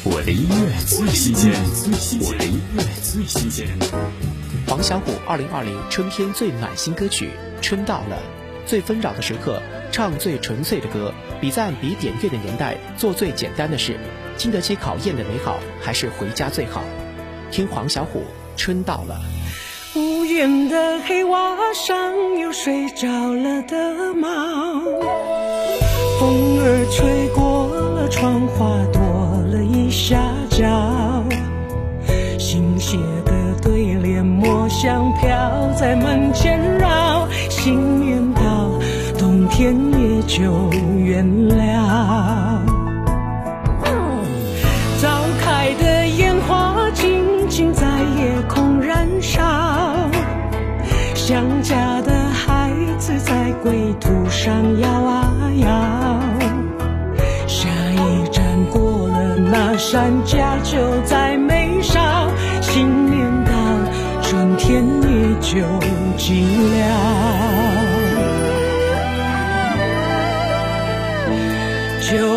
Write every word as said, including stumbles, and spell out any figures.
我的音乐最新鲜，我的音乐最新鲜。 黄小琥二零二零春天最暖心歌曲《春到了》，最纷扰的时刻，唱最纯粹的歌，比赞比点乐的年代，做最简单的事，经得起考验的美好，还是回家最好。听黄小琥《春到了》。 无缘的黑瓦上有睡着了的猫，风儿吹过了窗花，多了一下角，新写的对联墨香飘在门前绕，心愿到冬天也就远了。早开的烟花静静在夜空燃烧，想家的孩子在归途上摇啊摇，下一站过了那山，家就在眉梢，新年到，春天也就近了。就